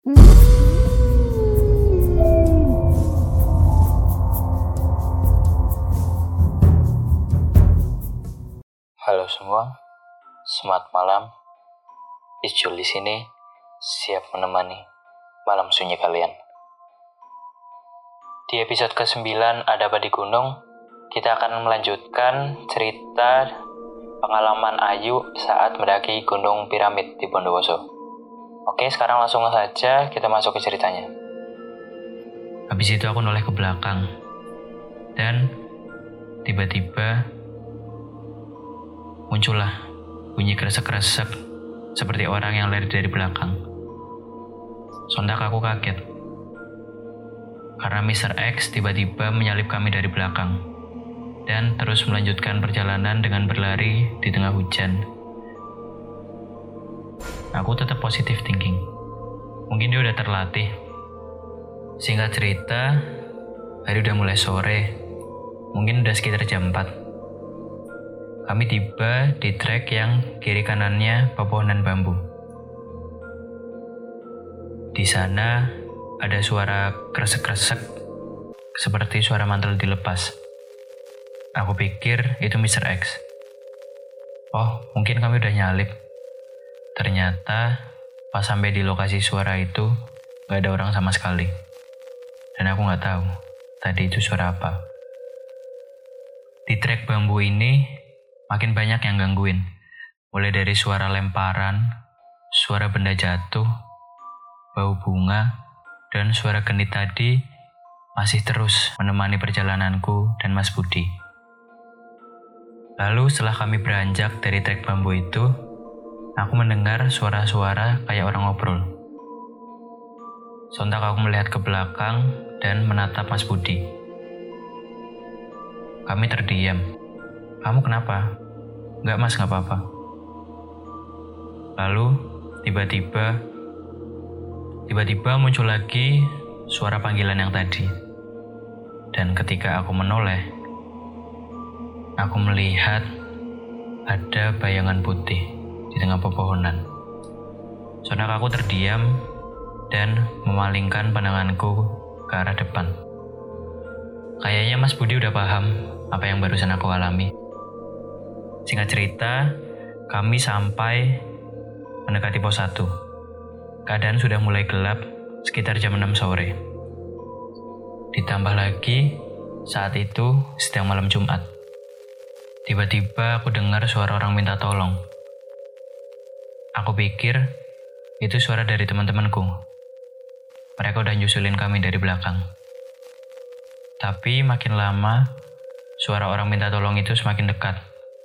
Halo semua, selamat malam. Ijul di sini, siap menemani malam sunyi kalian. Di episode ke-9 Ada Apa di Gunung, kita akan melanjutkan cerita pengalaman Ayu saat mendaki Gunung Piramid di Bondowoso. Oke, sekarang langsung saja kita masuk ke ceritanya. Habis itu aku noleh ke belakang, dan tiba-tiba muncullah bunyi kresek-kresek seperti orang yang lari dari belakang. Sontak aku kaget, karena Mr. X tiba-tiba menyalip kami dari belakang, dan terus melanjutkan perjalanan dengan berlari di tengah hujan. Aku tetap positive thinking. Mungkin dia udah terlatih. Singkat cerita, hari udah mulai sore. Mungkin udah sekitar jam 4. Kami tiba di trek yang kiri kanannya pepohonan bambu. Di sana ada suara kresek-kresek seperti suara mantel dilepas. Aku pikir itu Mr. X. Oh, mungkin kami udah nyalip. Ternyata pas sampai di lokasi suara itu gak ada orang sama sekali. Dan aku gak tahu tadi itu suara apa. Di trek bambu ini makin banyak yang gangguin. Mulai dari suara lemparan, suara benda jatuh, bau bunga, dan suara genit tadi masih terus menemani perjalananku dan Mas Budi. Lalu setelah kami beranjak dari trek bambu itu, aku mendengar suara-suara kayak orang ngobrol. Sontak aku melihat ke belakang dan menatap Mas Budi. Kami terdiam. Kamu kenapa? Enggak mas, gak apa-apa. Lalu tiba-tiba muncul lagi suara panggilan yang tadi. Dan ketika aku menoleh, aku melihat ada bayangan putih di tengah pepohonan. Sontak aku terdiam dan memalingkan pandanganku ke arah depan. Kayaknya Mas Budi udah paham apa yang barusan aku alami. Singkat cerita, kami sampai mendekati pos 1. Keadaan sudah mulai gelap sekitar jam 6 sore. Ditambah lagi, saat itu sedang malam Jumat. Tiba-tiba aku dengar suara orang minta tolong. Aku pikir itu suara dari teman-temanku. Mereka udah nyusulin kami dari belakang. Tapi makin lama, suara orang minta tolong itu semakin dekat.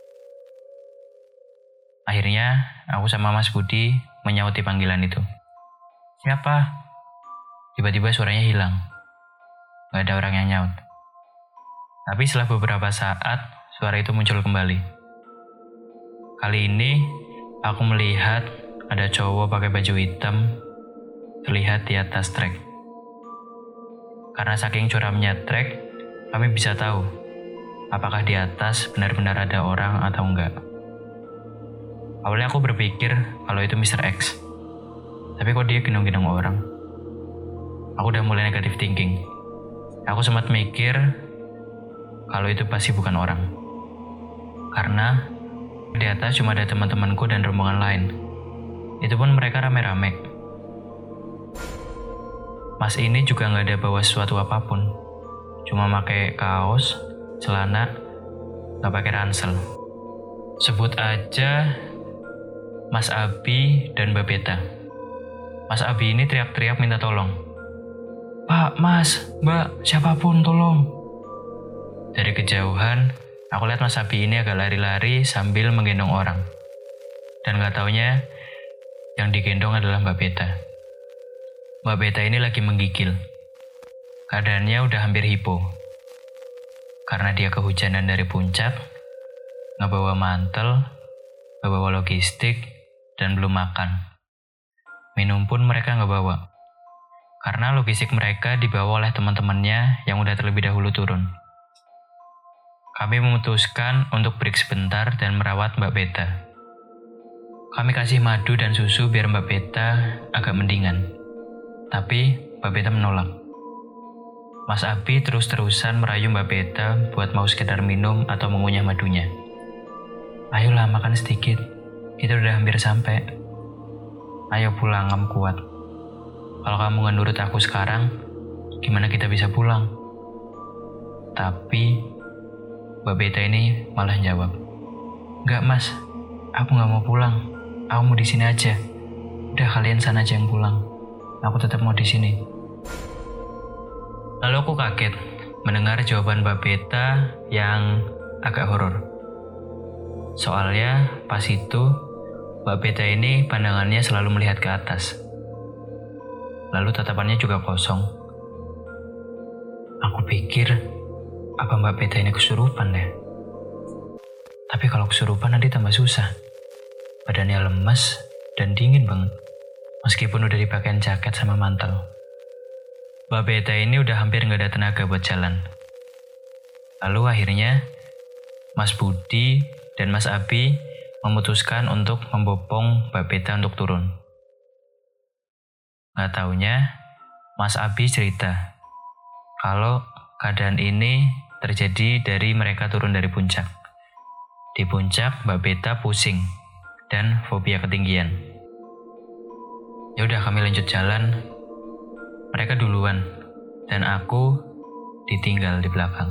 Akhirnya, aku sama Mas Budi menyauti panggilan itu. Siapa? Tiba-tiba suaranya hilang. Gak ada orang yang nyaut. Tapi setelah beberapa saat, suara itu muncul kembali. Kali ini, aku melihat ada cowok pakai baju hitam terlihat di atas trek. Karena saking curamnya trek, kami bisa tahu apakah di atas benar-benar ada orang atau enggak. Awalnya aku berpikir kalau itu Mr. X. Tapi kok dia gendong-gendong orang? Aku udah mulai negative thinking. Aku sempat mikir kalau itu pasti bukan orang. Karena di atas cuma ada teman-temanku dan rombongan lain. Itu pun mereka rame-rame. Mas ini juga gak ada bawa sesuatu apapun. Cuma pakai kaos, celana, gak pakai ransel. Sebut aja Mas Abi dan Mbak Beta. Mas Abi ini teriak-teriak minta tolong. Pak, Mas, Mbak, siapapun tolong. Dari kejauhan, aku lihat Mas Abi ini agak lari-lari sambil menggendong orang. Dan gak taunya, yang digendong adalah Mbak Beta. Mbak Beta ini lagi menggigil. Keadaannya udah hampir hipo. Karena dia kehujanan dari puncak, gak bawa mantel, gak bawa logistik, dan belum makan. Minum pun mereka gak bawa. Karena logistik mereka dibawa oleh teman-temannya yang udah terlebih dahulu turun. Kami memutuskan untuk break sebentar dan merawat Mbak Beta. Kami kasih madu dan susu biar Mbak Beta agak mendingan. Tapi Mbak Beta menolak. Mas Abi terus-terusan merayu Mbak Beta buat mau sekedar minum atau mengunyah madunya. Ayolah makan sedikit, kita udah hampir sampai. Ayo pulang, kamu kuat. Kalau kamu gak nurut aku sekarang, gimana kita bisa pulang? Tapi Mbak Beta ini malah jawab, "Enggak mas, aku gak mau pulang. Aku mau di sini aja. Udah kalian sana aja yang pulang. Aku tetap mau di sini." Lalu aku kaget mendengar jawaban Mbak Beta yang agak horor. Soalnya pas itu Mbak Beta ini pandangannya selalu melihat ke atas. Lalu tatapannya juga kosong. Aku pikir, apa Mbak Beta ini kesurupan deh? Tapi kalau kesurupan nanti tambah susah. Badannya lemas dan dingin banget. Meskipun udah dipakein jaket sama mantel. Mbak Beta ini udah hampir gak ada tenaga buat jalan. Lalu akhirnya, Mas Budi dan Mas Abi memutuskan untuk membopong Mbak Beta untuk turun. Gak taunya, Mas Abi cerita kalau keadaan ini terjadi dari mereka turun dari puncak. Di puncak, Mbak Beta pusing dan fobia ketinggian. Ya udah kami lanjut jalan. Mereka duluan dan aku ditinggal di belakang.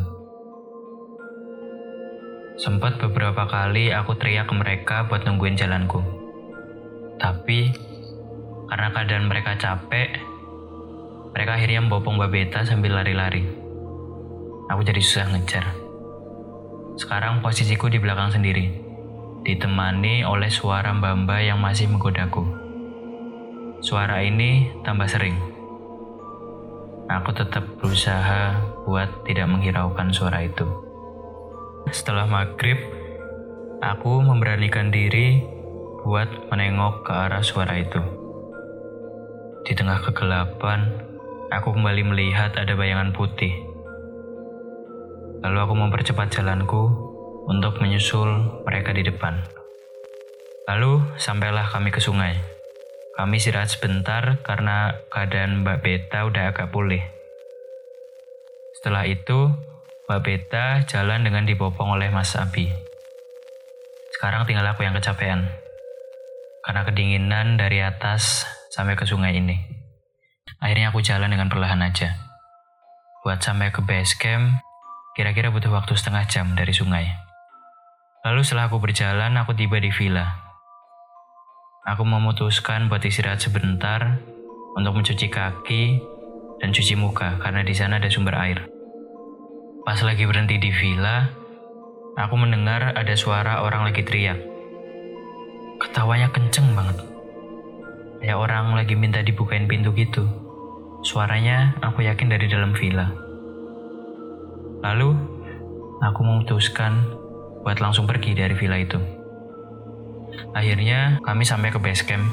Sempat beberapa kali aku teriak ke mereka buat nungguin jalanku. Tapi karena keadaan mereka capek, mereka akhirnya membopong Mbak Beta sambil lari-lari. Aku jadi susah ngejar. Sekarang posisiku di belakang sendiri, ditemani oleh suara mbak-mbak yang masih menggodaku. Suara ini tambah sering. Aku tetap berusaha buat tidak menghiraukan suara itu. Setelah maghrib, aku memberanikan diri buat menengok ke arah suara itu. Di tengah kegelapan, aku kembali melihat ada bayangan putih. Lalu aku mempercepat jalanku untuk menyusul mereka di depan. Lalu sampailah kami ke sungai. Kami istirahat sebentar karena keadaan Mbak Beta udah agak pulih. Setelah itu, Mbak Beta jalan dengan dibopong oleh Mas Abi. Sekarang tinggal aku yang kecapean. Karena kedinginan dari atas sampai ke sungai ini. Akhirnya aku jalan dengan perlahan aja. Buat sampai ke base camp, kira-kira butuh waktu setengah jam dari sungai. Lalu setelah aku berjalan, aku tiba di villa. Aku memutuskan buat istirahat sebentar untuk mencuci kaki dan cuci muka karena di sana ada sumber air. Pas lagi berhenti di villa, aku mendengar ada suara orang lagi teriak. Ketawanya kenceng banget. Kayak orang lagi minta dibukain pintu gitu. Suaranya aku yakin dari dalam villa. Lalu, aku memutuskan buat langsung pergi dari villa itu. Akhirnya kami sampai ke base camp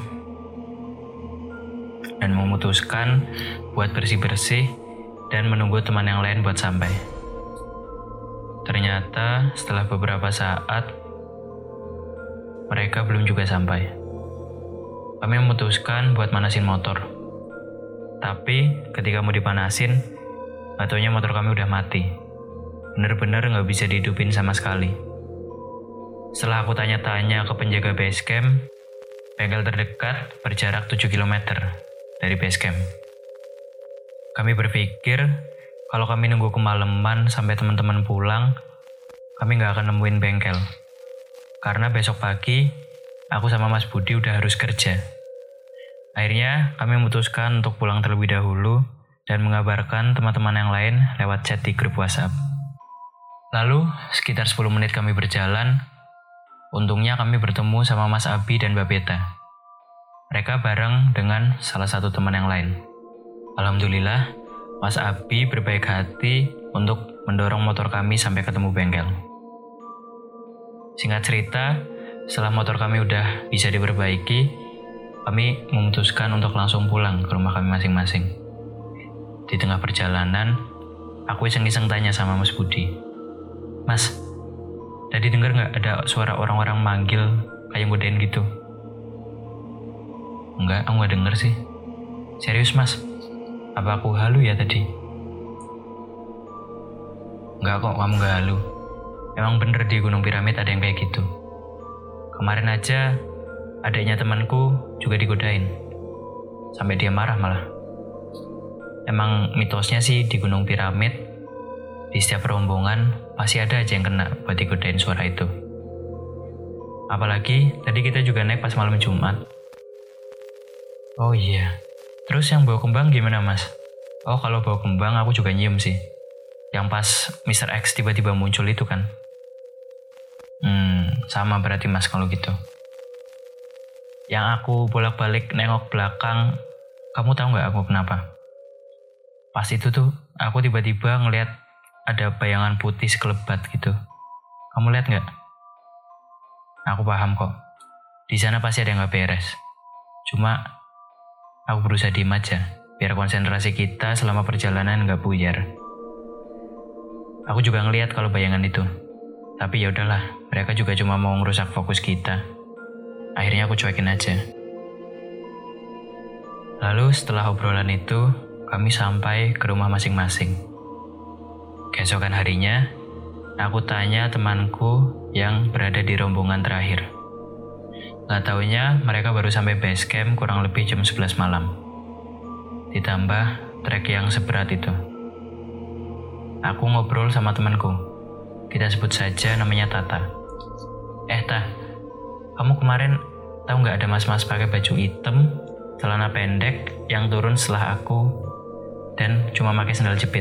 dan memutuskan buat bersih-bersih dan menunggu teman yang lain buat sampai. Ternyata setelah beberapa saat mereka belum juga sampai. Kami memutuskan buat manasin motor. Tapi ketika mau dipanasin, gak taunya motor kami udah mati. Bener-bener gak bisa dihidupin sama sekali. Setelah aku tanya-tanya ke penjaga base camp, bengkel terdekat berjarak 7 km dari base camp. Kami berpikir kalau kami nunggu kemalaman sampai teman-teman pulang, kami gak akan nemuin bengkel. Karena besok pagi, aku sama Mas Budi udah harus kerja. Akhirnya kami memutuskan untuk pulang terlebih dahulu dan mengabarkan teman-teman yang lain lewat chat di grup WhatsApp. Lalu, sekitar 10 menit kami berjalan. Untungnya kami bertemu sama Mas Abi dan Mbak Beta. Mereka bareng dengan salah satu teman yang lain. Alhamdulillah, Mas Abi berbaik hati untuk mendorong motor kami sampai ketemu bengkel. Singkat cerita, setelah motor kami udah bisa diperbaiki, kami memutuskan untuk langsung pulang ke rumah kami masing-masing. Di tengah perjalanan, aku iseng-iseng tanya sama Mas Budi, "Mas, tadi denger gak ada suara orang-orang manggil kayak godain gitu?" "Enggak, aku gak denger sih." "Serius mas, Apa aku halu ya tadi? Enggak kok, kamu gak halu. Emang bener di Gunung Piramid ada yang kayak gitu. Kemarin aja adiknya temanku juga digodain. Sampai dia marah malah. Emang mitosnya sih di Gunung Piramid, di setiap rombongan pasti ada aja yang kena buat digodain suara itu. Apalagi tadi kita juga naik pas malam Jumat. Oh iya, terus yang bawa kembang gimana mas? Oh kalau bawa kembang aku juga nyium sih. Yang pas Mr. X tiba-tiba muncul itu kan. Sama berarti mas kalau gitu. Yang aku bolak-balik nengok belakang, kamu tahu nggak aku kenapa? Pas itu tuh aku tiba-tiba ngeliat ada bayangan putih sekelebat gitu. Kamu lihat nggak? Aku paham kok. Di sana pasti ada yang nggak beres. Cuma aku berusaha diem aja, biar konsentrasi kita selama perjalanan nggak buyar. Aku juga ngeliat kalau bayangan itu. Tapi ya udahlah, mereka juga cuma mau ngerusak fokus kita. Akhirnya aku cuekin aja. Lalu setelah obrolan itu, kami sampai ke rumah masing-masing. Keesokan harinya, aku tanya temanku yang berada di rombongan terakhir. Gak taunya mereka baru sampai base camp kurang lebih jam 11 malam. Ditambah trek yang seberat itu. Aku ngobrol sama temanku. Kita sebut saja namanya Tata. Tah, kamu kemarin tahu nggak ada mas-mas pakai baju hitam, celana pendek yang turun setelah aku dan cuma pakai sandal jepit?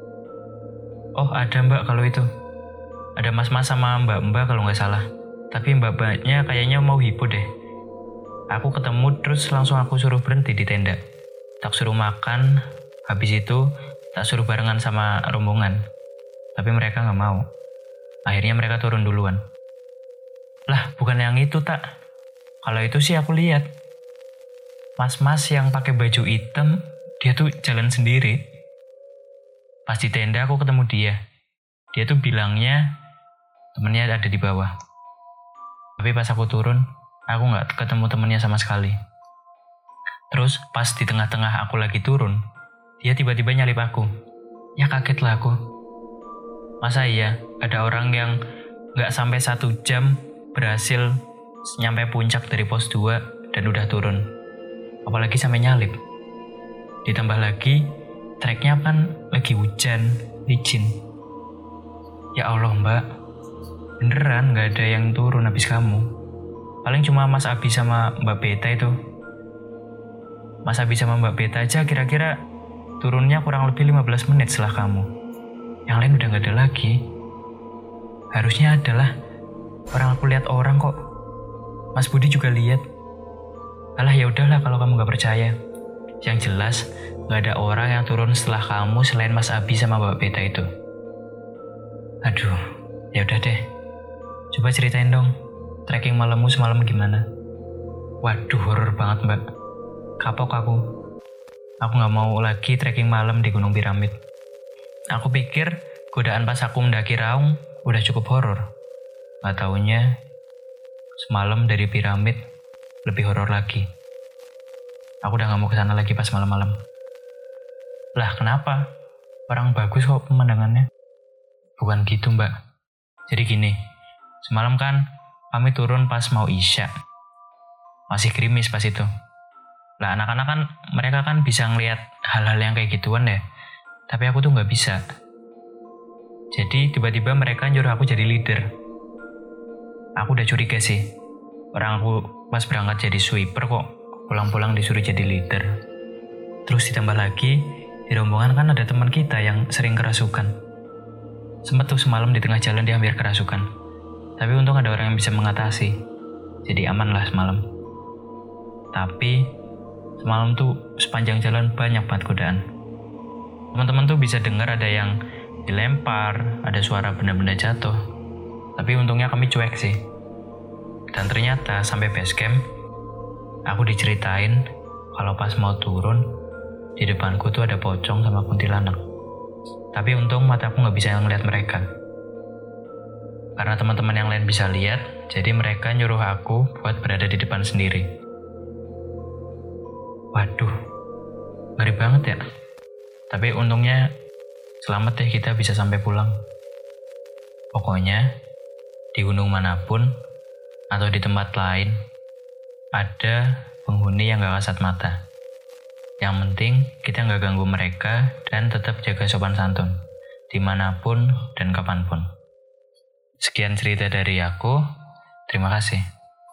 Oh ada mbak kalau itu. Ada mas-mas sama mbak-mbak kalau nggak salah. Tapi mbak-mbaknya kayaknya mau hipo deh. Aku ketemu terus langsung aku suruh berhenti di tenda. Tak suruh makan, habis itu tak suruh barengan sama rombongan. Tapi mereka nggak mau. Akhirnya mereka turun duluan. Lah, bukan yang itu, tak. Kalau itu sih aku lihat. Mas-mas yang pakai baju hitam, dia tuh jalan sendiri. Pas di tenda aku ketemu dia. Dia tuh bilangnya temennya ada di bawah. Tapi pas aku turun, aku nggak ketemu temennya sama sekali. Terus pas di tengah-tengah aku lagi turun, dia tiba-tiba nyalip aku. Ya kaget lah aku. Masa iya ada orang yang gak sampai 1 jam berhasil nyampe puncak dari pos 2 dan udah turun. Apalagi sampai nyalip. Ditambah lagi treknya kan lagi hujan, licin. Ya Allah mbak, beneran gak ada yang turun habis kamu. Paling cuma Mas Abi sama Mbak Beta itu. Mas Abi sama Mbak Beta aja kira-kira turunnya kurang lebih 15 menit setelah kamu. Yang lain udah gak ada lagi. Harusnya adalah orang aku lihat orang kok. Mas Budi juga lihat. Alah ya udahlah kalau kamu gak percaya. Yang jelas gak ada orang yang turun setelah kamu selain Mas Abi sama Mbak Beta itu. Aduh, ya udah deh. Coba ceritain dong. Trekking malammu semalam gimana? Waduh, horor banget mbak. Kapok aku. Aku gak mau lagi trekking malam di Gunung Piramid. Aku pikir godaan pas aku mendaki Raung udah cukup horor. Gak taunya semalam dari piramid lebih horor lagi. Aku udah gak mau kesana lagi pas malam-malam. Lah kenapa? Orang bagus kok pemandangannya. Bukan gitu mbak. Jadi gini, semalam kan kami turun pas mau isya. Masih gerimis pas itu. Lah anak-anak kan mereka kan bisa ngelihat hal-hal yang kayak gituan deh. Tapi aku tuh gak bisa. Jadi tiba-tiba mereka nyuruh aku jadi leader. Aku udah curiga sih. Orang aku pas berangkat jadi sweeper kok pulang-pulang disuruh jadi leader. Terus ditambah lagi, di rombongan kan ada teman kita yang sering kerasukan. Sempet tuh semalam di tengah jalan dia hampir kerasukan. Tapi untung ada orang yang bisa mengatasi. Jadi aman lah semalam. Tapi semalam tuh sepanjang jalan banyak banget godaan. Teman-teman tuh bisa dengar ada yang dilempar, ada suara benda-benda jatuh. Tapi untungnya kami cuek sih. Dan ternyata sampai base camp, aku diceritain kalau pas mau turun, di depanku tuh ada pocong sama kuntilanak. Tapi untung mataku gak bisa ngeliat mereka. Karena teman-teman yang lain bisa lihat, jadi mereka nyuruh aku buat berada di depan sendiri. Waduh, ngeri banget ya. Tapi untungnya selamat deh kita bisa sampai pulang. Pokoknya di gunung manapun atau di tempat lain ada penghuni yang gak kasat mata. Yang penting kita gak ganggu mereka dan tetap jaga sopan santun dimanapun dan kapanpun. Sekian cerita dari aku. Terima kasih.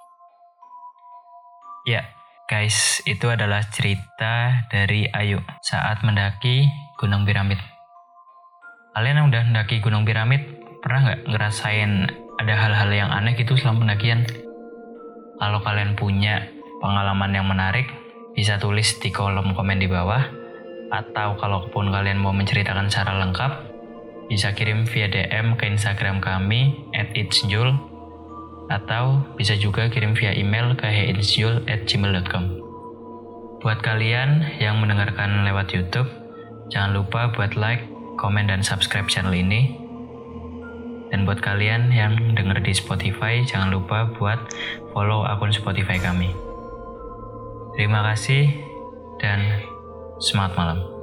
Ya guys, itu adalah cerita dari Ayu saat mendaki Gunung Piramid. Kalian yang udah mendaki Gunung Piramid pernah gak ngerasain ada hal-hal yang aneh gitu selama pendakian? Kalau kalian punya pengalaman yang menarik, bisa tulis di kolom komen di bawah. Atau kalaupun kalian mau menceritakan secara lengkap, bisa kirim via DM ke Instagram kami @itsjul, atau bisa juga kirim via email ke heinsjul@gmail.com. Buat kalian yang mendengarkan lewat YouTube, jangan lupa buat like, komen, dan subscribe channel ini. Dan buat kalian yang denger di Spotify, jangan lupa buat follow akun Spotify kami. Terima kasih dan semangat malam.